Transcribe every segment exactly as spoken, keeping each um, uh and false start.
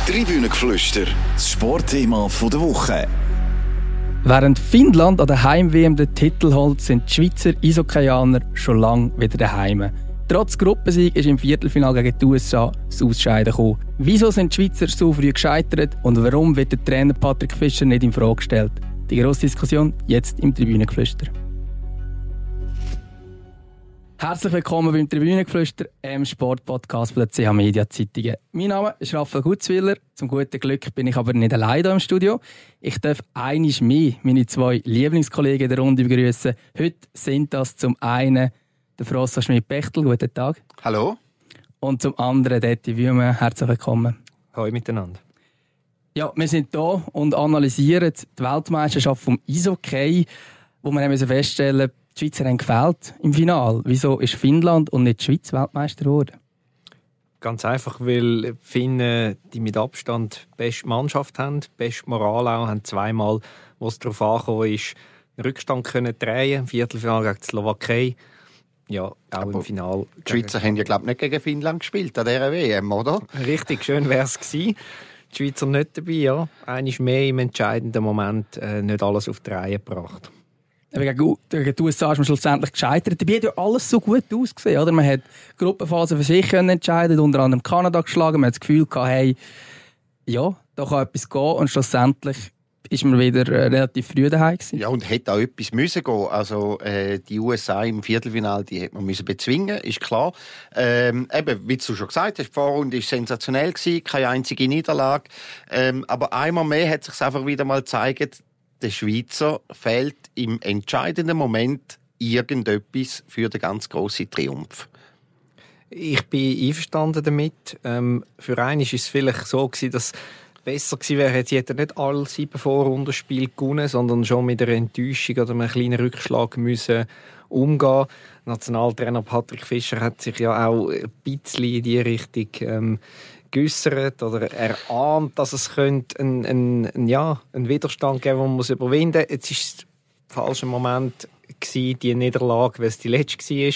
Tribünengeflüster, das Sportthema der Woche. Während Finnland an der Heim-W M den Titel holt, sind die Schweizer Eishockeyaner schon lange wieder daheim. Trotz Gruppensieg ist im Viertelfinale gegen die U S A das Ausscheiden gekommen. Wieso sind die Schweizer so früh gescheitert und warum wird der Trainer Patrick Fischer nicht in Frage gestellt? Die grosse Diskussion jetzt im Tribünengeflüster. Herzlich willkommen beim Tribünengeflüster, einem Sportpodcast von der C H Media Zeitungen. Mein Name ist Raphael Gutzwiller. Zum guten Glück bin ich aber nicht allein hier im Studio. Ich darf einmal mehr meine zwei Lieblingskollegen in der Runde begrüßen. Heute sind das zum einen der Frossa Schmidt-Bechtel. Guten Tag. Hallo. Und zum anderen Detti Wüme. Herzlich willkommen. Hallo miteinander. Ja, wir sind hier und analysieren die Weltmeisterschaft vom Eishockey, wo wir feststellen mussten, die Schweizer haben gefehlt im Finale. Wieso ist Finnland und nicht die Schweiz Weltmeister geworden? Ganz einfach, weil die Finnen die mit Abstand die beste Mannschaft haben, die beste Moral auch, haben zweimal, wo es darauf angekommen ist, einen Rückstand können drehen, im Viertelfinale gegen die Slowakei. Ja, auch aber im Finale. Die Schweizer haben ja, glaube ich, nicht gegen Finnland gespielt an dieser W M, oder? Richtig, schön wäre es gewesen. Die Schweizer nicht dabei, ja. Einmal mehr im entscheidenden Moment äh, nicht alles auf die Reihe gebracht. Gegen die U S A ist man schlussendlich gescheitert. Dabei hat ja alles so gut ausgesehen. Oder? Man hat die Gruppenphase für sich entscheiden, unter anderem Kanada geschlagen. Man hat das Gefühl gehabt, hey, ja, da kann etwas gehen. Und schlussendlich ist man wieder äh, relativ früh daheim gewesen. Ja, und hätte auch etwas müssen gehen. Also äh, die U S A im Viertelfinale, die hätte man müssen bezwingen, ist klar. Ähm, eben, wie du schon gesagt hast, die Vorrunde war sensationell gewesen, keine einzige Niederlage. Ähm, aber einmal mehr hat sich einfach wieder mal gezeigt, der Schweizer fehlt im entscheidenden Moment irgendetwas für den ganz grossen Triumph. Ich bin einverstanden damit. Ähm, für einen war es vielleicht so gewesen, dass es besser gewesen wäre, hätte sie nicht alle sieben Vorrundenspiele gewonnen, sondern schon mit einer Enttäuschung oder einem kleinen Rückschlag müssen umgehen. Nationaltrainer Patrick Fischer hat sich ja auch ein bisschen in diese Richtung ähm, geäussert oder er ahnt, dass es könnte einen, einen, ja, einen Widerstand geben, den man überwinden muss. Jetzt war es der falsche Moment, die Niederlage, weil es die letzte war.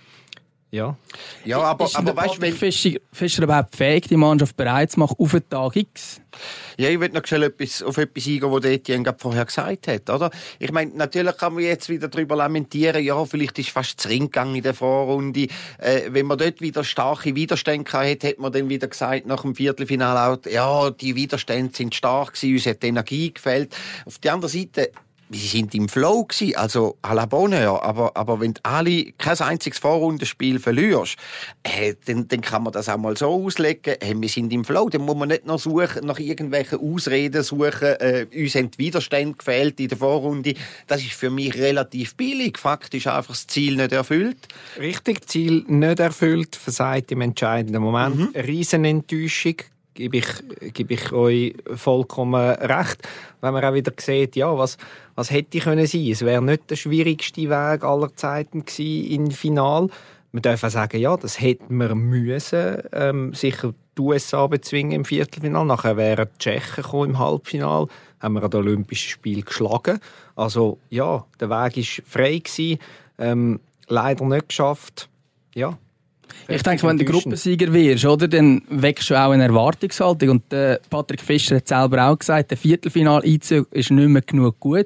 Ja, ja aber, ist aber weißt, wenn Fischer, Fischer überhaupt fähig, die Mannschaft bereit zu machen auf den Tag X? Ja, ich will noch schnell etwas, auf etwas eingehen, was Etienne gerade vorher gesagt hat, oder? Ich meine, natürlich kann man jetzt wieder darüber lamentieren, ja, vielleicht ist fast zu Ring gegangen in der Vorrunde. Äh, wenn man dort wieder starke Widerstände hatte, hat man dann wieder gesagt, nach dem Viertelfinale auch, ja, die Widerstände sind stark gewesen, uns hat die Energie gefehlt. Auf der anderen Seite, sie sind im Flow gewesen, also à la Bonheur, aber, aber wenn du alle kein einziges Vorrundenspiel verlierst, äh, dann, dann kann man das auch mal so auslegen, hey, wir sind im Flow, dann muss man nicht noch suchen, nach irgendwelchen Ausreden suchen, äh, uns haben die Widerstände gefehlt in der Vorrunde. Das ist für mich relativ billig, faktisch einfach das Ziel nicht erfüllt. Richtig, Ziel nicht erfüllt, versagt im entscheidenden Moment, mhm. Riesenenttäuschung. Gebe ich, gebe ich euch vollkommen recht. Wenn man auch wieder sieht, ja, was, was hätte können sein? Es wäre nicht der schwierigste Weg aller Zeiten gewesen im Finale. Man darf auch sagen, ja, das hätte man müssen, ähm, sicher die U S A bezwingen im Viertelfinale. Nachher wären die Tschechen gekommen im Halbfinale. Haben wir an den Olympischen Spielen geschlagen. Also, ja, der Weg war frei gewesen. Ähm, leider nicht geschafft. Ja. Ich denke, wenn du Gruppensieger wirst, oder, dann wächst du auch eine Erwartungshaltung. Und äh, Patrick Fischer hat selber auch gesagt, der Viertelfinal-Einzug ist nicht mehr genug gut.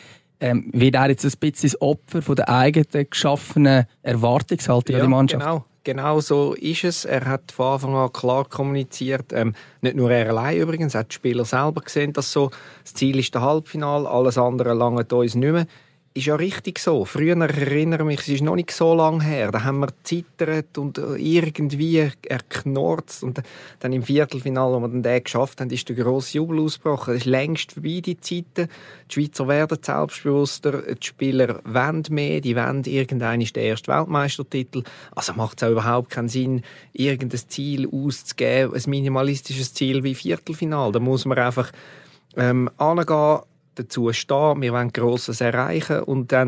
Ähm, wird er jetzt ein bisschen das Opfer von der eigenen geschaffenen Erwartungshaltung ja, an die Mannschaft? Genau. Genau so ist es. Er hat von Anfang an klar kommuniziert. Ähm, nicht nur er allein übrigens, er hat die Spieler selber gesehen, dass so das Ziel ist der Halbfinale, alles andere langt uns nicht mehr. Ist ja richtig so. Früher erinnere ich mich, es ist noch nicht so lange her. Da haben wir gezittert und irgendwie erknorzt. Und dann im Viertelfinale, wo wir dann den geschafft haben, ist der grosse Jubel ausgebrochen. Das ist längst vorbei, die Zeiten. Die Schweizer werden selbstbewusster, die Spieler wollen mehr, die wollen irgendein ist der erste Weltmeistertitel. Also macht es auch überhaupt keinen Sinn, irgendein Ziel auszugeben, ein minimalistisches Ziel wie Viertelfinale. Da muss man einfach ähm, angehen, dazu stehen, wir wollen Grosses erreichen und dann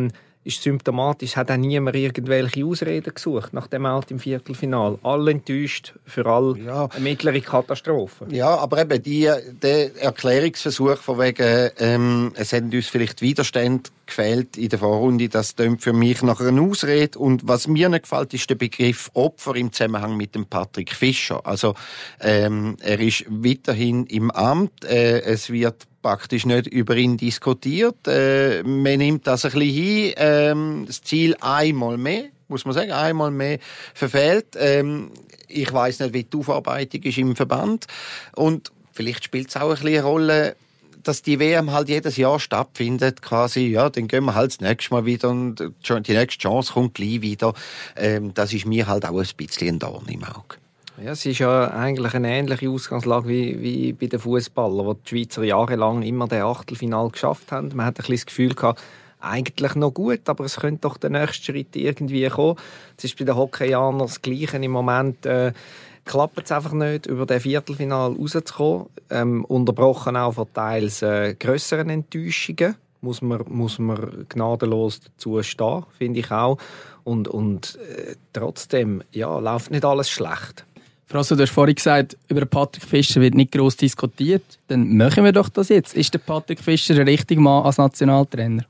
ist symptomatisch. Es hat auch niemand irgendwelche Ausreden gesucht nach dem Out im Viertelfinal. Alle enttäuscht, für alle ja. eine mittlere Katastrophe. Ja, aber eben die, der Erklärungsversuch von wegen, ähm, es haben uns vielleicht Widerstände gefehlt in der Vorrunde, das klingt für mich nach einer Ausrede. Und was mir nicht gefällt, ist der Begriff Opfer im Zusammenhang mit dem Patrick Fischer. Also ähm, er ist weiterhin im Amt. Äh, es wird praktisch nicht über ihn diskutiert. Äh, man nimmt das ein bisschen hin. Ähm, das Ziel einmal mehr, muss man sagen, einmal mehr verfehlt. Ähm, ich weiss nicht, wie die Aufarbeitung ist im Verband. Und vielleicht spielt es auch ein bisschen eine Rolle, dass die W M halt jedes Jahr stattfindet, quasi, ja, dann gehen wir halt das nächste Mal wieder und die nächste Chance kommt gleich wieder. Ähm, das ist mir halt auch ein bisschen ein Dorn im Auge. Ja, es ist ja eigentlich eine ähnliche Ausgangslage wie, wie bei den Fußballern, wo die Schweizer jahrelang immer den Achtelfinal geschafft haben. Man hat ein bisschen das Gefühl gehabt, eigentlich noch gut, aber es könnte doch der nächste Schritt irgendwie kommen. Es ist bei den Hockeyanern das Gleiche im Moment. Äh, klappt es einfach nicht, über den Viertelfinal rauszukommen. Ähm, unterbrochen auch von teils äh, grösseren Enttäuschungen. Muss man, muss man gnadenlos dazu stehen, finde ich auch. Und, und äh, trotzdem, ja, läuft nicht alles schlecht. Frasso, du hast vorhin gesagt, über Patrick Fischer wird nicht gross diskutiert. Dann machen wir doch das jetzt. Ist der Patrick Fischer der richtige Mann als Nationaltrainer?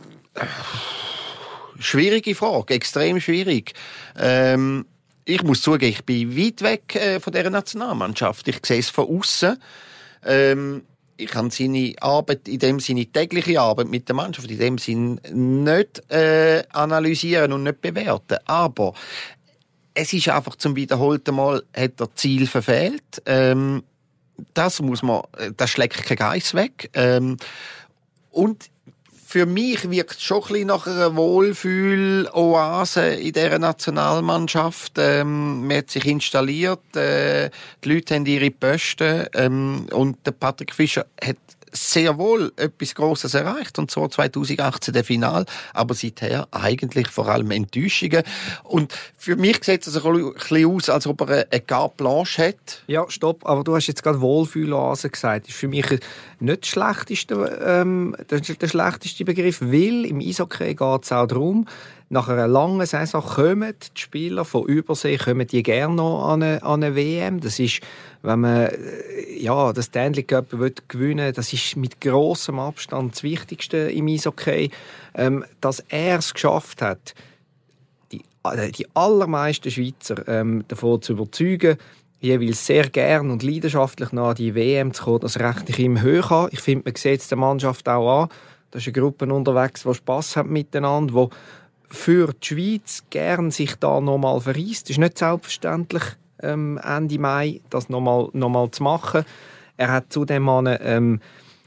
Schwierige Frage, extrem schwierig. Ähm, ich muss zugeben, ich bin weit weg äh, von dieser Nationalmannschaft. Ich sehe es von außen. Ähm, ich kann seine Arbeit, in dem Sinne tägliche Arbeit mit der Mannschaft, in dem Sinne nicht äh, analysieren und nicht bewerten. Aber es ist einfach zum wiederholten Mal, hat er Ziel verfehlt. Ähm, das muss man, das schlägt kein Geiss weg. Ähm, und für mich wirkt es schon ein bisschen nach einer Wohlfühl-Oase in dieser Nationalmannschaft. Ähm, man hat sich installiert, äh, die Leute haben ihre Posten ähm, und der Patrick Fischer hat sehr wohl etwas Grosses erreicht, und zwar zwanzig achtzehn der Final, aber seither eigentlich vor allem Enttäuschungen. Und für mich sieht es ein bisschen aus, als ob er eine Carte Blanche hat. Ja, stopp, aber du hast jetzt gerade Wohlfühloase gesagt. Das ist für mich nicht das schlechteste, ähm, der, der schlechteste Begriff, weil im Eishockey geht es auch darum, nach einer langen Saison kommen die Spieler von Übersee kommen die gerne noch an eine, an eine W M. Das ist, wenn man ja, das Stanley Cup gewinnen will, das ist mit grossem Abstand das Wichtigste im Eishockey. Ähm, dass er es geschafft hat, die, die allermeisten Schweizer ähm, davon zu überzeugen, jeweils sehr gern und leidenschaftlich nach die W M zu kommen, das rechne ich ihm hoch an. Ich finde, man sieht es der Mannschaft auch an. Da ist eine Gruppe unterwegs, die Spass hat miteinander, die für die Schweiz gern sich da nochmal verreist. Es ist nicht selbstverständlich, ähm, Ende Mai das nochmal noch mal zu machen. Er hat zudem eine, ähm,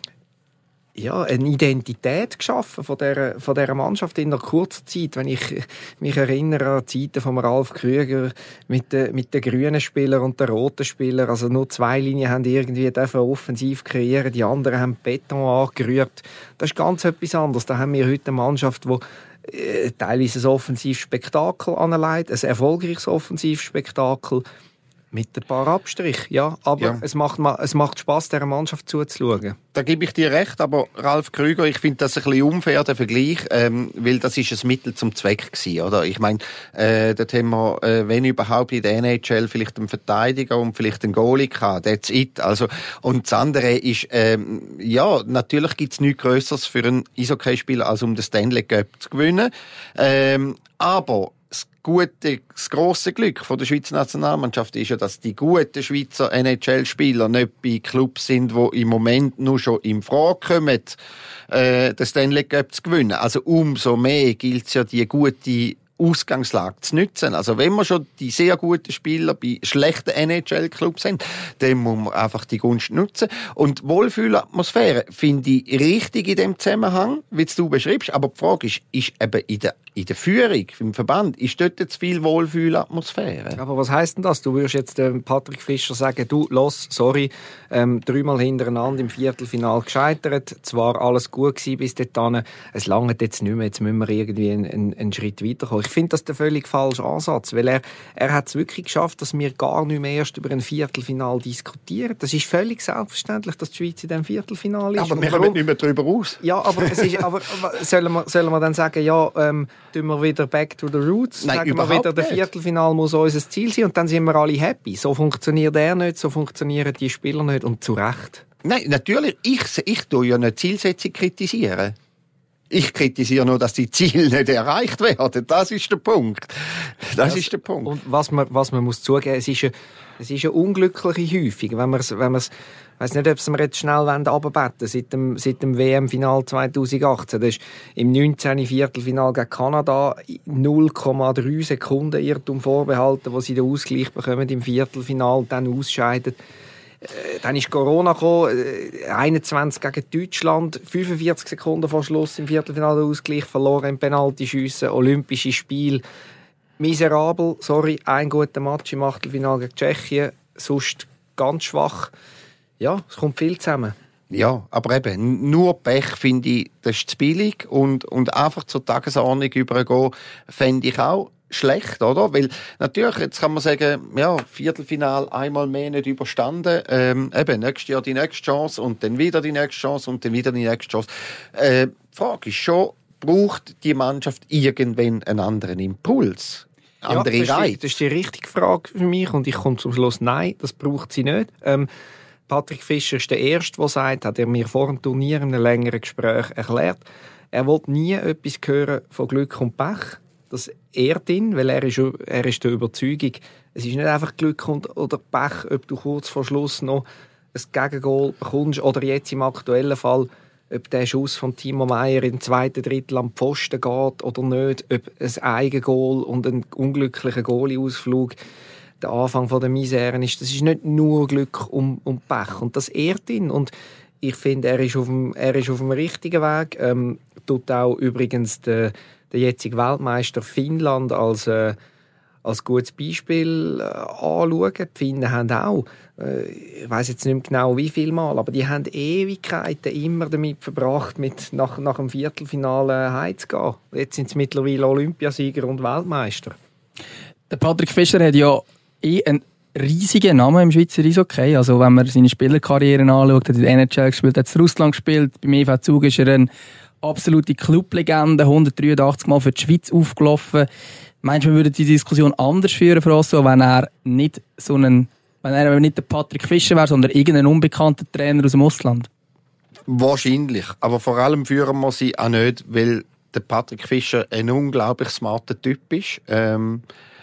ja, eine Identität geschaffen von dieser, von dieser Mannschaft in einer kurzen Zeit. Wenn ich mich erinnere an die Zeiten von Ralf Krüger mit den, mit den grünen Spielern und den roten Spielern. Also nur zwei Linien haben irgendwie offensiv kreieren, die anderen haben Beton angerührt. Das ist ganz etwas anderes. Da haben wir heute eine Mannschaft, die teilweise ein Offensivspektakel anlegt, ein erfolgreiches Offensivspektakel mit ein paar Abstrichen. Ja, aber ja. Es, macht, es macht Spass, dieser Mannschaft zuzuschauen. Da gebe ich dir recht, aber Ralf Krüger, ich finde das ein bisschen unfair, der Vergleich, ähm, weil das ist ein Mittel zum Zweck gewesen, oder? Ich meine, äh, dort haben wir, äh, wenn überhaupt in der N H L vielleicht einen Verteidiger und vielleicht einen Goalie gehabt, that's it. Also, und das andere ist, ähm, ja, natürlich gibt es nichts Grösseres für einen Eishockeyspieler, als um den Stanley Cup zu gewinnen. Ähm, aber das gute, das grosse Glück von der Schweizer Nationalmannschaft ist ja, dass die guten Schweizer N H L-Spieler nicht bei Clubs sind, die im Moment nur schon in Frage kommen, äh, den Stanley Cup zu gewinnen. Also umso mehr gilt es ja, die gute Ausgangslage zu nutzen. Also wenn wir schon die sehr guten Spieler bei schlechten N H L-Clubs sind, dann muss man einfach die Gunst nutzen. Und Wohlfühlatmosphäre finde ich richtig in dem Zusammenhang, wie du beschreibst. Aber die Frage ist, ist eben in der in der Führung, im Verband, ist dort zu viel Wohlfühlatmosphäre. Aber was heisst denn das? Du würdest jetzt ähm, Patrick Fischer sagen, du, los, sorry, ähm, dreimal hintereinander im Viertelfinale gescheitert, zwar alles gut gewesen bis dahin, es langt jetzt nicht mehr, jetzt müssen wir irgendwie einen, einen, einen Schritt weiterkommen. Ich finde das der völlig falsche Ansatz, weil er, er hat es wirklich geschafft, dass wir gar nicht mehr erst über ein Viertelfinale diskutieren. Das ist völlig selbstverständlich, dass die Schweiz in diesem Viertelfinale ist. Aber wir kommen nicht mehr darüber raus. Ja, aber, es ist, aber sollen, wir, sollen wir dann sagen, ja, ähm, tun wir wieder back to the roots, Nein, sagen wir wieder, der Viertelfinale muss unser Ziel sein und dann sind wir alle happy. So funktioniert er nicht, so funktionieren die Spieler nicht und zu Recht. Nein, natürlich, ich, ich tue ja nicht Zielsetzung kritisieren. Ich kritisiere nur, dass die Ziele nicht erreicht werden. Das ist der Punkt. Das, das ist der Punkt. Und was man, was man muss zugeben, es ist eine, es ist eine unglückliche Häufung, wenn man es, wenn man es, ich weiss nicht, ob wir jetzt schnell runterbeten seit dem, seit dem W M-Final zwanzig achtzehn. Das ist im neunzehnten Viertelfinal gegen Kanada null Komma drei Sekunden Irrtum vorbehalten, wo sie den Ausgleich bekommen im Viertelfinal und dann ausscheiden. Dann ist Corona gekommen, einundzwanzig gegen Deutschland, fünfundvierzig Sekunden vor Schluss im Viertelfinale Ausgleich, verloren im Penaltyschiessen, Olympische Spiele. Miserabel, sorry, ein guter Match im Achtelfinale gegen Tschechien, sonst ganz schwach. Ja, es kommt viel zusammen. Ja, aber eben, nur Pech finde ich, das ist zu billig und, und einfach zur Tagesordnung übergehen, fände ich auch schlecht, oder? Weil natürlich, jetzt kann man sagen, ja, Viertelfinal einmal mehr nicht überstanden, ähm, eben, nächstes Jahr die nächste Chance und dann wieder die nächste Chance und dann wieder die nächste Chance. Äh, die Frage ist schon, braucht die Mannschaft irgendwann einen anderen Impuls? Andere ja, das, Reiz? ist die, das ist die richtige Frage für mich und ich komme zum Schluss, nein, das braucht sie nicht. Ähm, Patrick Fischer ist der Erste, der sagt, hat er mir vor dem Turnier in einem längeren Gespräch erklärt, er will nie etwas hören von Glück und Pech. Das ehrt ihn, weil er ist, er ist der Überzeugung, es ist nicht einfach Glück und, oder Pech, ob du kurz vor Schluss noch ein Gegengol bekommst oder jetzt im aktuellen Fall, ob der Schuss von Timo Meier im zweiten Drittel am Pfosten geht oder nicht, ob ein Eigengol und ein unglücklicher Goalie-Ausflug der Anfang der Misere ist. Das ist nicht nur Glück und, und Pech. Und das ehrt ihn. Und ich finde, er ist auf dem, er ist auf dem richtigen Weg. Ähm, tut auch übrigens der, der jetzige Weltmeister Finnland als, äh, als gutes Beispiel äh, anschauen. Die Finnen haben auch, äh, ich weiss jetzt nicht mehr genau wie viel Mal, aber die haben Ewigkeiten immer damit verbracht, mit nach, nach dem Viertelfinale heimzugehen. Jetzt sind sie mittlerweile Olympiasieger und Weltmeister. Der Patrick Fischer hat ja eh einen riesigen Namen im Schweizer Eishockey. Also wenn man seine Spielerkarriere anschaut, hat er in der N H L gespielt, hat in Russland gespielt, beim E V Zug ist er eine absolute Clublegende, hundertdreiundachtzig Mal für die Schweiz aufgelaufen. Meinst du, wir würden die Diskussion anders führen, Frasso, wenn er nicht so einen, wenn er nicht der Patrick Fischer wäre, sondern irgendein unbekannter Trainer aus dem Ausland? Wahrscheinlich. Aber vor allem führen wir sie auch nicht, weil der Patrick Fischer ein unglaublich smarter Typ ist. Ähm,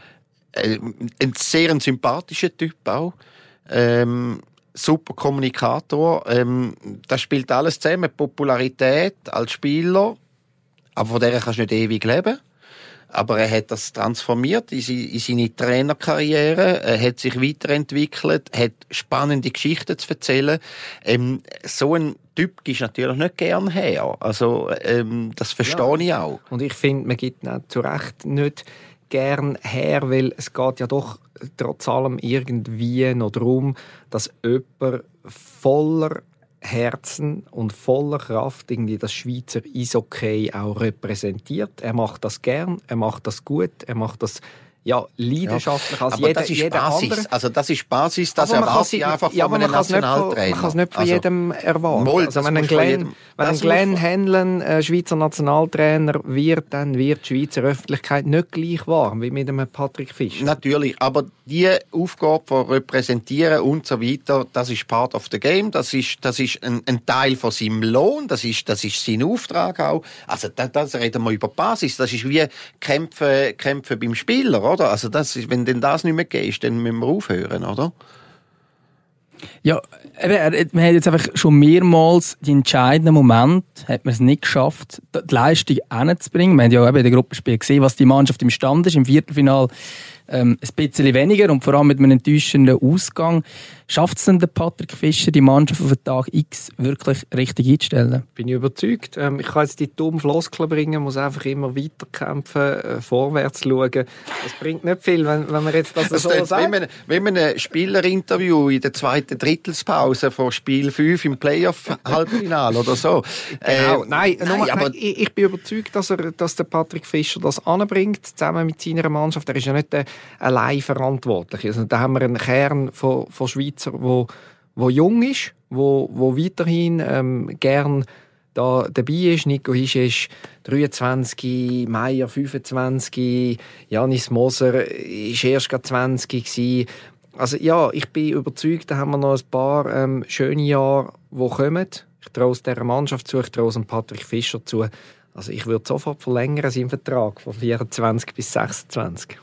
ein sehr ein sympathischer Typ auch. Ähm, super Kommunikator. Ähm, das spielt alles zusammen. Popularität als Spieler. Aber von der kannst du nicht ewig leben. Aber er hat das transformiert in seine Trainerkarriere. Er hat sich weiterentwickelt, hat spannende Geschichten zu erzählen. Ähm, so ein Typ gibst du natürlich nicht gern her. Also, ähm, das verstehe ja. ich auch. Und ich finde, man gibt ihn zu Recht nicht gern her, weil es geht ja doch trotz allem irgendwie noch darum, dass jemand voller Herzen und voller Kraft irgendwie das Schweizer Eishockey auch repräsentiert. Er macht das gern, er macht das gut, er macht das ja, leidenschaftlich ja. als aber jeder, das ist jeder Basis. andere. Also das ist Basis, das aber erwarte ich einfach ja, von einem Nationaltrainer. Man kann es nicht von also, jedem erwarten. Moll, also wenn ein Glenn, wenn ein Glenn Henlen äh, Schweizer Nationaltrainer wird, dann wird die Schweizer Öffentlichkeit nicht gleich warm wie mit einem Patrick Fischer. Natürlich, aber die Aufgabe von repräsentieren und so weiter, das ist part of the game, das ist, das ist ein, ein Teil von seinem Lohn, das ist, das ist sein Auftrag auch. Also das, das reden wir über Basis, das ist wie Kämpfe, Kämpfe beim Spieler, oder? Also das ist, wenn denn das nicht mehr geht, dann müssen wir aufhören, oder? Ja, eben, wir haben jetzt einfach schon mehrmals die entscheidenden Momente, hat man es nicht geschafft, die Leistung hinzubringen. Wir haben ja eben in den Gruppenspielen gesehen, was die Mannschaft imstande ist. Im Viertelfinal ähm, ein bisschen weniger und vor allem mit einem enttäuschenden Ausgang. Schafft es denn der Patrick Fischer, die Mannschaft auf den Tag X wirklich richtig einzustellen? Bin ich überzeugt. Ähm, ich kann jetzt die dummen Floskeln bringen, muss einfach immer weiterkämpfen, äh, vorwärts schauen. Das bringt nicht viel, wenn, wenn man jetzt das, das so sagt. Wenn man, wenn man ein Spielerinterview in der zweiten Drittelspause vor Spiel fünf im Playoff-Halbfinale oder so. Genau. Äh, nein, nein, nochmal, aber nein, ich, ich bin überzeugt, dass, er, dass der Patrick Fischer das anbringt, zusammen mit seiner Mannschaft. Er ist ja nicht äh, allein verantwortlich. Also, da haben wir einen Kern von, von Schweizer, wo, wo jung ist, wo, wo weiterhin ähm, gern da dabei ist. Nico Hische ist dreiundzwanzig, Meier fünfundzwanzig, Janis Moser ist erst gerade zwanzig gewesen. Also ja, ich bin überzeugt, da haben wir noch ein paar ähm, schöne Jahre, die kommen. Ich traue es dieser Mannschaft zu, ich traue es Patrick Fischer zu. Also ich würde sofort verlängern seinen Vertrag von vierundzwanzig bis sechsundzwanzig.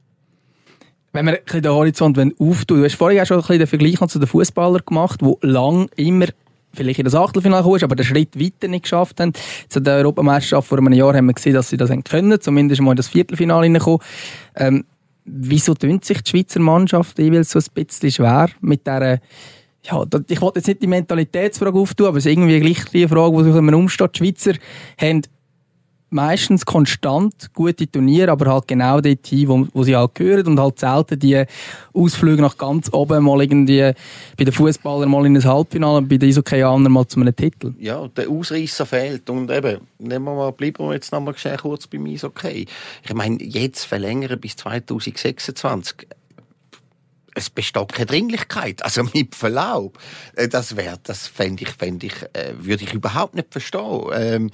Wenn wir ein bisschen den Horizont auftun, du hast vorhin auch schon ein bisschen den Vergleich zu den Fußballern gemacht, die lang immer vielleicht in das Achtelfinale gekommen ist, aber den Schritt weiter nicht geschafft haben. Zu der Europameisterschaft vor einem Jahr haben wir gesehen, dass sie das können, zumindest mal in das Viertelfinale hineinkommen. Ähm, wieso tut sich die Schweizer Mannschaft jeweils so ein bisschen schwer mit dieser, ja, ich wollte jetzt nicht die Mentalitätsfrage auftun, aber es ist irgendwie gleich die Frage, die sich immer umsteht. Die Schweizer haben meistens konstant gute Turniere, aber halt genau dort hin, wo, wo sie halt gehören und halt selten die Ausflüge nach ganz oben, mal irgendwie bei den Fußballern mal in ein Halbfinale und bei den Eishockeyern mal zu einem Titel. Ja, der Ausreisser fehlt und eben, nehmen wir mal, bleiben wir jetzt noch mal kurz beim Eishockey. Ich meine, jetzt verlängern bis zwanzig sechsundzwanzig. Es besteht keine Dringlichkeit. Also mit Verlaub. Das wäre, das fände ich, fände ich, äh, würde ich überhaupt nicht verstehen. Ähm,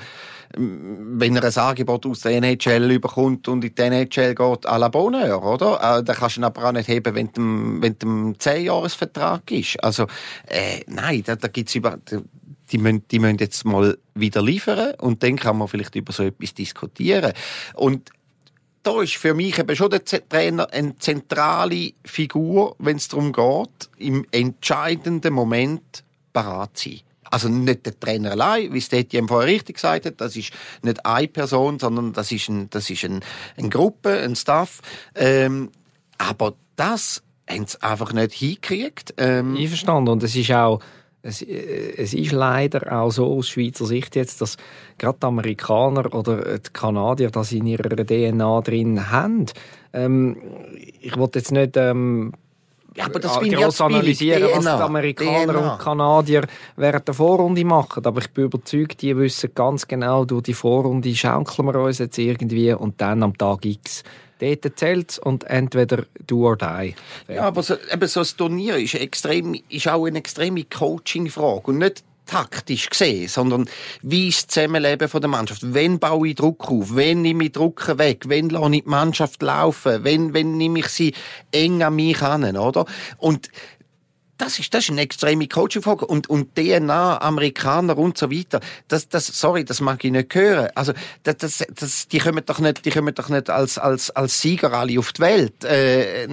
wenn er ein Angebot aus der N H L bekommt und in die N H L geht, à la Bonheur, oder? Äh, dann kannst du ihn aber auch nicht heben, wenn du wenn du zehn-Jahres-Vertrag ist. Also, äh, nein, da, da gibt's über, die müssen, die müssen jetzt mal wieder liefern und dann kann man vielleicht über so etwas diskutieren. Und da ist für mich eben schon der Trainer eine zentrale Figur, wenn es darum geht, im entscheidenden Moment parat zu sein. Also nicht der Trainer allein, wie es Etienne vorher richtig gesagt hat, das ist nicht eine Person, sondern das ist, ein, das ist ein, eine Gruppe, ein Staff. Ähm, aber das haben sie einfach nicht hingekriegt. Ähm, Einverstanden. Und es ist auch Es, es ist leider auch so aus Schweizer Sicht jetzt, dass gerade die Amerikaner oder die Kanadier das in ihrer D N A drin haben. Ähm, ich will jetzt nicht ähm, ja, aber das gross analysieren, was die Amerikaner D N A und Kanadier während der Vorrunde machen. Aber ich bin überzeugt, die wissen ganz genau, durch die Vorrunde schaukeln wir uns jetzt irgendwie und dann am Tag X dort zählt und entweder do or die. Ja, aber so, eben so ein Turnier ist, extrem, ist auch eine extreme Coaching-Frage und nicht taktisch gesehen, sondern wie ist das Zusammenleben von der Mannschaft? Wann baue ich Druck auf? Wann nehme ich Druck weg? Wann lasse ich die Mannschaft laufen? Wann, wann nehme ich sie eng an mich an, oder? Und Das ist, das ist eine extreme Coaching-Frage. Und, und D N A, Amerikaner und so weiter, das, das, sorry, das mag ich nicht hören. Also, das, das, das, die kommen doch nicht, die kommen doch nicht als, als, als Sieger alle auf die Welt. Äh,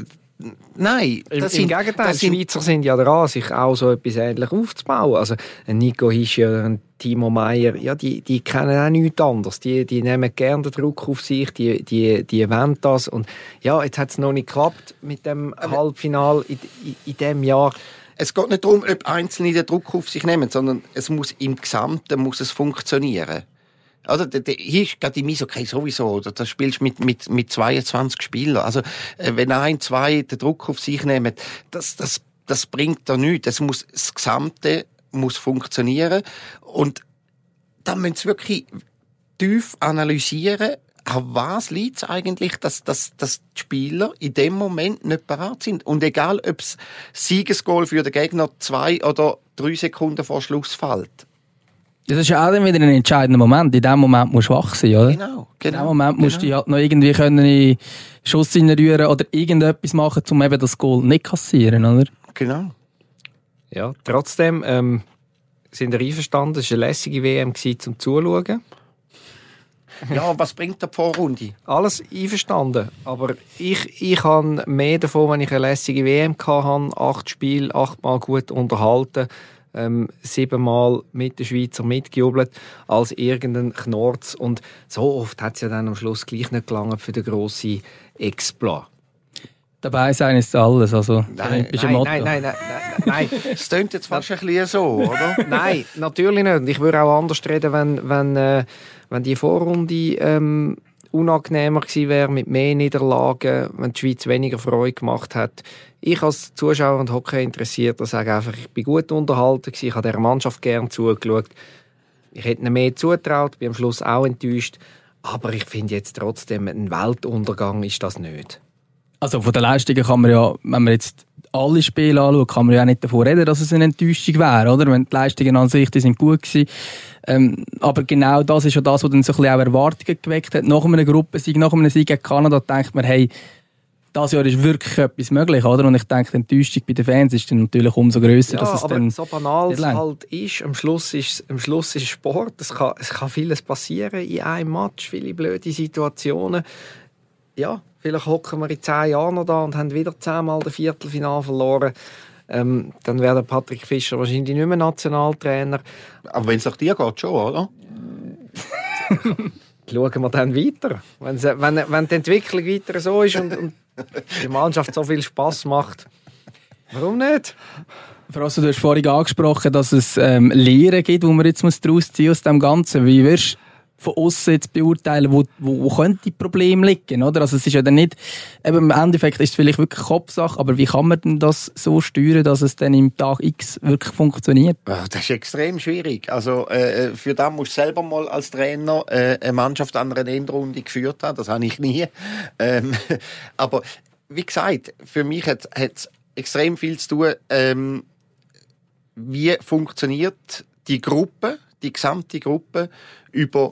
Nein. Das Im, Im Gegenteil, die Schweizer sind ja dran, sich auch so etwas Ähnliches aufzubauen. Also ein Nico Hischi oder ein Timo Meier, ja, die, die kennen auch nichts anderes. Die, die nehmen gerne den Druck auf sich, die, die, die wollen das. Und ja, jetzt hat es noch nicht geklappt mit dem Aber Halbfinale in, in, in diesem Jahr. Es geht nicht darum, ob Einzelne den Druck auf sich nehmen, sondern es muss im Gesamten muss es funktionieren. Also, hier ist gerade im Eishockey sowieso, oder? Da spielst du mit, mit, mit zweiundzwanzig Spielern. Also, wenn ein, zwei den Druck auf sich nehmen, das, das, das bringt da nichts. Das muss, das Gesamte muss funktionieren. Und da müssen sie wirklich tief analysieren, an was liegt es eigentlich, dass, dass, dass die Spieler in dem Moment nicht bereit sind. Und egal, ob das Siegesgoal für den Gegner zwei oder drei Sekunden vor Schluss fällt. Das ist ja auch dann wieder ein entscheidender Moment. In dem Moment musst du wach sein, oder? Genau, genau. In dem Moment musst genau. du halt noch irgendwie können in Schuss reinrühren oder irgendetwas machen, um eben das Goal nicht kassieren, oder? Genau. Ja, trotzdem ähm, sind wir einverstanden. Es war eine lässige W M zum Zuschauen. Ja, was bringt die Vorrunde? Alles einverstanden. Aber ich, ich habe mehr davon, wenn ich eine lässige W M hatte. Acht Spiele, achtmal gut unterhalten. Ähm, siebenmal mit den Schweizer mitgejubelt, als irgendein Knorz. Und so oft hat es ja dann am Schluss gleich nicht gelangt für den grossen Exploit. Dabei sein ist alles. Also, Nein, bist Nein, Motto. nein, nein, nein, nein, nein. Es klingt jetzt fast ein bisschen so, oder? Nein, natürlich nicht. Und ich würde auch anders reden, wenn, wenn, äh, wenn die Vorrunde ähm, unangenehmer gewesen wäre, mit mehr Niederlagen, wenn die Schweiz weniger Freude gemacht hat. Ich als Zuschauer und Hockey Interessierter sage einfach, ich bin gut unterhalten gewesen, ich habe dieser Mannschaft gerne zugeschaut. Ich hätte ihnen mehr zugetraut, bin am Schluss auch enttäuscht. Aber ich finde jetzt trotzdem, ein Weltuntergang ist das nicht. Also von den Leistungen kann man ja, wenn man jetzt alle Spiele anschaut, kann man ja auch nicht davon reden, dass es eine Enttäuschung wäre, oder? Wenn die Leistungen an sich, die sind gut gewesen. Ähm, aber genau das ist ja das, was dann so ein bisschen auch Erwartungen geweckt hat. Nach einem Gruppensieg, nach einem Sieg gegen Kanada denkt man, hey, das Jahr ist wirklich etwas möglich, oder? Und ich denke, die Enttäuschung bei den Fans ist dann natürlich umso grösser, Ja, dass es aber dann so banal es halt ist, am Schluss ist, am Schluss ist Sport. Es kann, es kann vieles passieren in einem Match, viele blöde Situationen. Ja, vielleicht hocken wir in zehn Jahren noch da und haben wieder zehnmal das Viertelfinale verloren. Ähm, dann wäre Patrick Fischer wahrscheinlich nicht mehr Nationaltrainer. Aber wenn es nach dir geht, schon, oder? Schauen wir dann weiter. Wenn, sie, wenn, wenn die Entwicklung weiter so ist und, und die Mannschaft so viel Spass macht, warum nicht? Frosso, du hast vorhin angesprochen, dass es ähm, Lehren gibt, die man jetzt daraus ziehen muss aus dem Ganzen. Wie wirst du von außen jetzt beurteilen, wo, wo, wo könnte die Probleme liegen? Oder? Also es ist ja dann nicht, eben im Endeffekt ist es vielleicht wirklich Kopfsache, aber wie kann man denn das so steuern, dass es dann im Tag X wirklich funktioniert? Das ist extrem schwierig. Also äh, für das musst du selber mal als Trainer äh, eine Mannschaft an einer Endrunde geführt haben. Das habe ich nie. Ähm, aber wie gesagt, für mich hat es extrem viel zu tun, ähm, wie funktioniert die Gruppe, die gesamte Gruppe über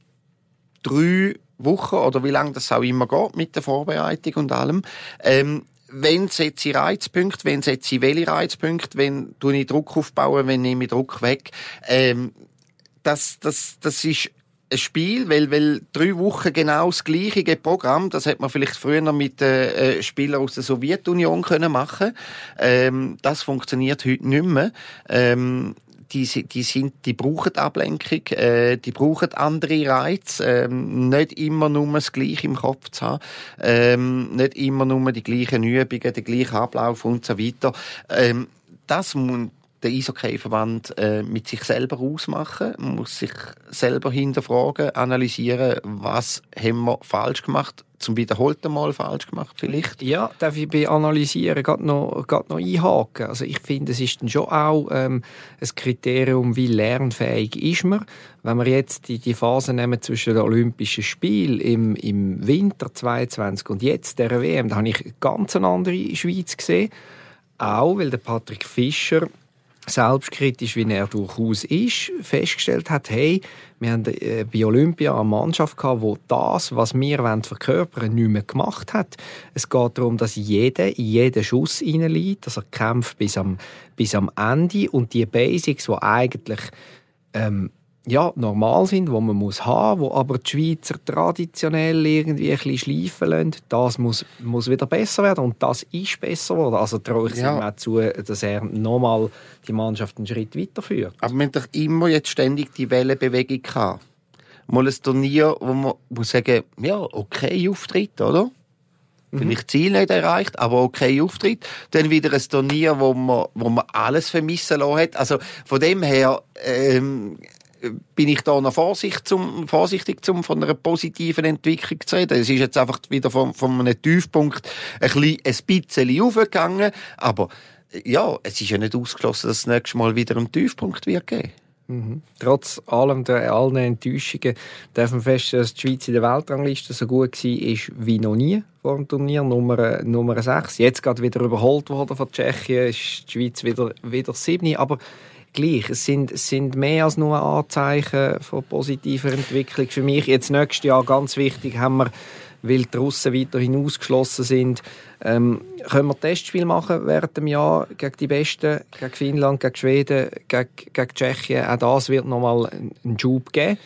drei Wochen oder wie lange das auch immer geht mit der Vorbereitung und allem. Ähm, wenn setze ich Reizpunkte, wenn setze ich welche Reizpunkte, wenn tue ich Druck aufbauen, wenn nehme ich Druck weg. Ähm, das, das, das ist ein Spiel, weil, weil drei Wochen genau das gleiche Programm, das hätte man vielleicht früher noch mit äh, Spielern aus der Sowjetunion können machen. Ähm, das funktioniert heute nicht mehr. Ähm, Die, die, sind, die brauchen Ablenkung, äh, die brauchen andere Reize, ähm, nicht immer nur das Gleiche im Kopf zu haben, ähm, nicht immer nur die gleichen Übungen, den gleichen Ablauf und so weiter. Ähm, das muss der Eishockey-Verband äh, mit sich selber ausmachen, man muss sich selber hinterfragen, analysieren, was haben wir falsch gemacht, zum wiederholten Mal falsch gemacht vielleicht. Ja, darf ich bei Analysieren gerade noch, gerade noch einhaken. Also ich finde, es ist dann schon auch ähm, ein Kriterium, wie lernfähig ist man. Wenn wir jetzt die, die Phase nehmen zwischen den Olympischen Spielen im, im Winter zweiundzwanzig und jetzt der W M, da habe ich eine ganz andere Schweiz gesehen. Auch, weil der Patrick Fischer selbstkritisch, wie er durchaus ist, festgestellt hat, hey, wir haben äh, bei Olympia eine Mannschaft gehabt, die das, was wir verkörpern wollen, nicht mehr gemacht hat. Es geht darum, dass jeder in jeden Schuss reinliegt, dass er kämpft bis am, bis am Ende und die Basics, die eigentlich ähm, ja, normal sind, die man muss haben, wo aber die Schweizer traditionell irgendwie ein bisschen schleifen lassen, das muss, muss wieder besser werden und das ist besser geworden. Also traue ich ja. ihm auch zu, dass er nochmal die Mannschaft einen Schritt weiterführt. Aber wir haben doch immer jetzt ständig die Wellenbewegung gehabt. Mal ein Turnier, wo man muss sagen, ja, okay Auftritt, oder? Mhm. Vielleicht Ziel nicht erreicht, aber okay Auftritt. Dann wieder ein Turnier, wo man, wo man alles vermissen lassen hat. Also von dem her ähm, bin ich da noch vorsichtig, zum, vorsichtig zum von einer positiven Entwicklung zu reden. Es ist jetzt einfach wieder von, von einem Tiefpunkt ein bisschen, ein bisschen aufgegangen, aber ja, es ist ja nicht ausgeschlossen, dass es nächstes Mal wieder einen Tiefpunkt wird geben. Mhm. Trotz allem der allen Enttäuschungen dürfen wir feststellen, dass die Schweiz in der Weltrangliste so gut war wie noch nie vor dem Turnier, Nummer, Nummer sechs. Jetzt gerade wieder überholt worden von Tschechien, ist die Schweiz wieder, wieder sieben. Aber gleich, es sind, es sind mehr als nur Anzeichen von positiver Entwicklung. Für mich jetzt nächstes Jahr ganz wichtig, haben wir, weil die Russen weiterhin ausgeschlossen sind, ähm, können wir Testspiel machen während dem Jahr gegen die Besten, gegen Finnland, gegen Schweden, gegen, gegen Tschechien. Auch das wird nochmal einen Schub geben.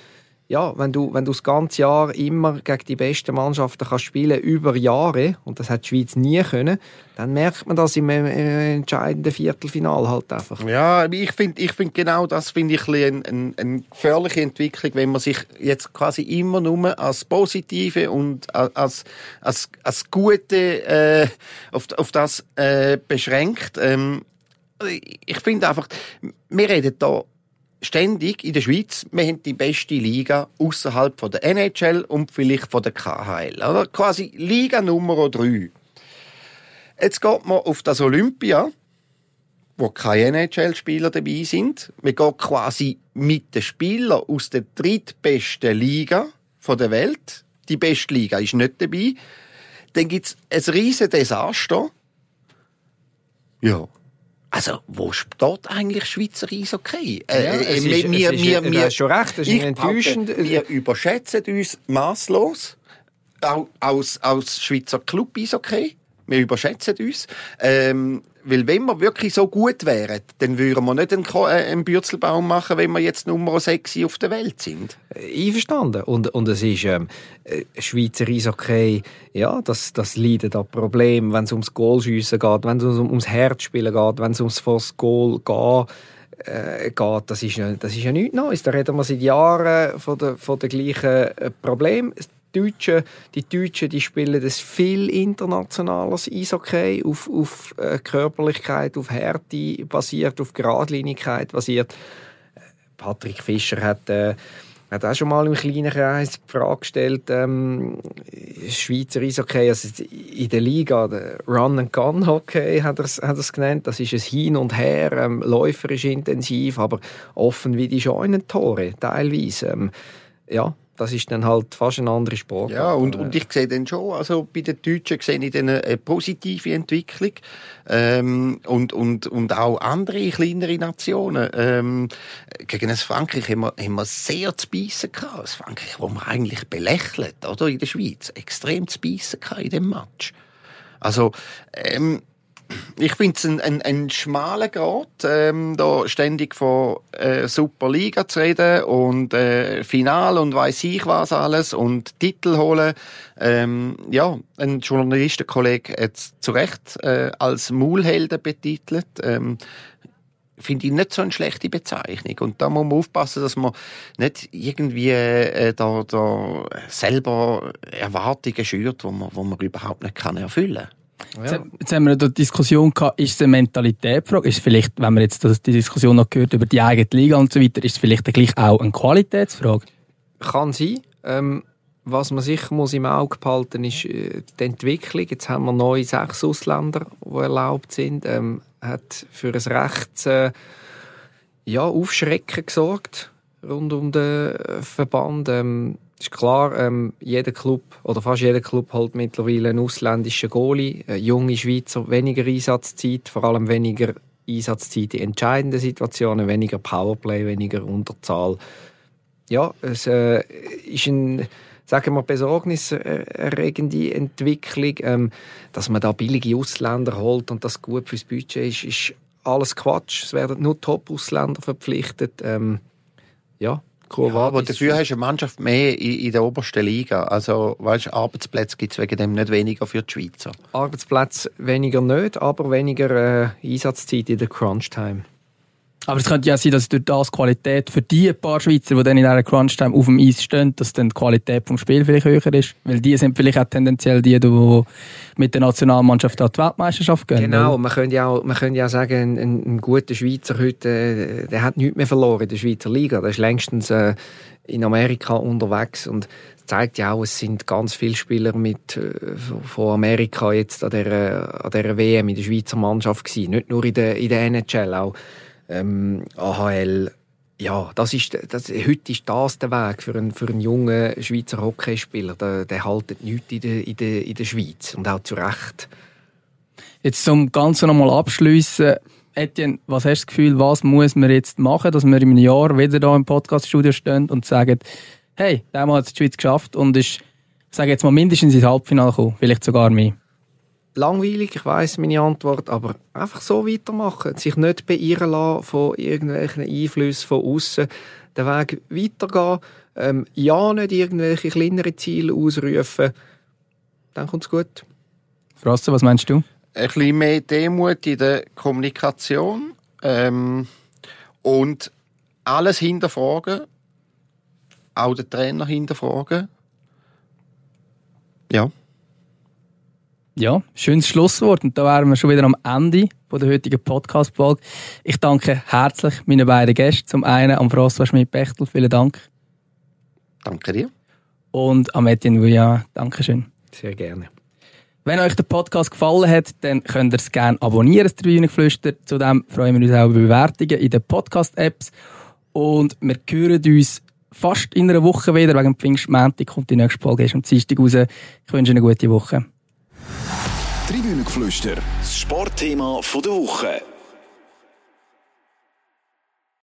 ja, wenn du, wenn du das ganze Jahr immer gegen die besten Mannschaften kannst spielen, über Jahre, und das hat die Schweiz nie können, dann merkt man das im äh, entscheidenden Viertelfinal halt einfach. Ja, ich finde ich find genau das finde ich eine, eine, eine gefährliche Entwicklung, wenn man sich jetzt quasi immer nur als Positive und als, als, als Gute äh, auf, auf das äh, beschränkt. Ähm, ich finde einfach, wir reden da ständig in der Schweiz, wir haben die beste Liga außerhalb von der N H L und vielleicht von der K H L. Oder? Quasi Liga Nummer drei. Jetzt geht man auf das Olympia, wo keine N H L-Spieler dabei sind. Man geht quasi mit den Spielern aus der drittbesten Liga der Welt. Die beste Liga ist nicht dabei. Dann gibt es ein riesen Desaster. Ja. Also, wo steht eigentlich Schweizer Eishockey? Äh, ja, es wir, ist, wir, es ist, wir, du wir, hast schon recht, das ist enttäuschend. Wir überschätzen uns masslos auch als, als Schweizer Club Eishockey. Wir überschätzen uns. Ähm, weil wenn wir wirklich so gut wären, dann würden wir nicht einen, einen Bürzelbaum machen, wenn wir jetzt Nummer sechs auf der Welt sind. Einverstanden. Und, und es ist ähm, Schweizer Eishockey, ja, das, das leidet an Problemen, wenn es ums Goalschiessen geht, wenn es ums Herzspielen geht, wenn es ums vors Goal geht. Äh, geht, das ist ja, das ist ja nichts Neues. Da reden wir seit Jahren von den von der gleichen äh, Problemen. Die Deutschen, die Deutschen, die spielen das viel internationales Eishockey, auf, auf äh, Körperlichkeit, auf Härte basiert, auf Geradlinigkeit basiert. Patrick Fischer hat, äh, hat auch schon mal im kleinen Kreis die Frage gestellt, ähm, Schweizer Eishockey, also in der Liga, der Run-and-Gun-Hockey hat er es hat er's genannt, das ist ein Hin und Her, ähm, läuferisch intensiv, aber offen wie die Scheunentore teilweise. Ähm, ja, das ist dann halt fast eine andere Sportart. Ja, und, und ich sehe dann schon, also bei den Deutschen sehe ich dann eine positive Entwicklung. Ähm, und, und, und auch andere kleinere Nationen. Ähm, gegen das Frankreich haben wir, haben wir sehr zu beißen gehabt. Das Frankreich, das man eigentlich belächelt, oder? In der Schweiz. Extrem zu beißen gehabt in dem Match. Also, ähm, ich finde es ein, ein, ein schmaler Grat, ähm, da ständig von äh, Superliga zu reden und äh, Final und weiss ich was alles und Titel holen. Ähm, ja, ein Journalistenkollege hat es zu Recht äh, als Maulhelden betitelt. Ähm, finde ich nicht so eine schlechte Bezeichnung. Und da muss man aufpassen, dass man nicht irgendwie äh, da, da selber Erwartungen schürt, die man, wo man überhaupt nicht kann erfüllen kann. Ja. Jetzt haben wir eine Diskussion gehabt, ist es eine Mentalitätsfrage? Ist es vielleicht, wenn man jetzt die Diskussion noch gehört über die eigene Liga und so weiter, ist es vielleicht gleich auch eine Qualitätsfrage? Kann sein. Ähm, was man sicher muss im Auge behalten ist äh, die Entwicklung. Jetzt haben wir neu sechs Ausländer, die erlaubt sind. Ähm, hat für ein rechts äh, ja, Aufschrecken gesorgt rund um den Verband. Ähm, ist klar, ähm, jeder Club oder fast jeder Club hat mittlerweile einen ausländischen Goalie, äh, junge Schweizer, weniger Einsatzzeit, vor allem weniger Einsatzzeit in entscheidenden Situationen, weniger Powerplay, weniger Unterzahl. Ja, es äh, ist ein, sagen wir, besorgniserregende Entwicklung, ähm, dass man da billige Ausländer holt und das gut fürs Budget ist, ist alles Quatsch. Es werden nur Top-Ausländer verpflichtet. Ähm, ja. Ja, aber dafür hast du eine Mannschaft mehr in, in der obersten Liga. Also, weißt du, Arbeitsplätze gibt es wegen dem nicht weniger für die Schweizer. Arbeitsplätze weniger nicht, aber weniger äh, Einsatzzeit in der Crunch-Time. Aber es könnte ja sein, dass durch das Qualität für die paar Schweizer, die dann in dieser Crunch-Time auf dem Eis stehen, dass dann die Qualität vom Spiel vielleicht höher ist. Weil die sind vielleicht auch tendenziell die, die mit der Nationalmannschaft an die Weltmeisterschaft gehen. Genau, oder? man könnte ja auch, man könnte ja auch sagen, ein, ein, ein guter Schweizer heute, äh, der hat nichts mehr verloren in der Schweizer Liga. Der ist längstens äh, in Amerika unterwegs und zeigt ja auch, es sind ganz viele Spieler mit, äh, von Amerika jetzt an dieser, an dieser W M in der Schweizer Mannschaft gewesen. Nicht nur in der, in der N H L, auch ähm, A H L. Ja, das ist, das, heute ist das der Weg für einen, für einen jungen Schweizer Hockeyspieler. Der, der haltet nichts in der, in, der, in der Schweiz. Und auch zu Recht. Jetzt zum Ganzen nochmal abschliessen. Etienne, was hast du das Gefühl, was muss man jetzt machen, dass wir in einem Jahr wieder hier im Podcaststudio stehen und sagen, hey, damals hat es die Schweiz geschafft und ist, ich sage jetzt mal, mindestens ins Halbfinale gekommen, vielleicht sogar mehr. Langweilig, ich weiss meine Antwort, aber einfach so weitermachen. Sich nicht beirren lassen von irgendwelchen Einflüssen von außen. Den Weg weitergehen. Ähm, ja, nicht irgendwelche kleineren Ziele ausrufen. Dann kommt es gut. Frasse, was meinst du? Ein bisschen mehr Demut in der Kommunikation ähm, und alles hinterfragen, auch den Trainer hinterfragen. Ja. Ja, schönes Schlusswort. Und da wären wir schon wieder am Ende von der heutigen Podcast-Folge. Ich danke herzlich meinen beiden Gästen. Zum einen am François Schmidt-Bechtel, vielen Dank. Danke dir. Und am Etienne Vuillant, danke schön. Sehr gerne. Wenn euch der Podcast gefallen hat, dann könnt ihr es gerne abonnieren, das Tribünengeflüster. Zudem freuen wir uns auch über Bewertungen in den Podcast-Apps. Und wir hören uns fast in einer Woche wieder. Wegen Pfingstmontag kommt die nächste Folge erst am Dienstag raus. Ich wünsche eine gute Woche. Tribünengeflüster, das Sportthema der Woche.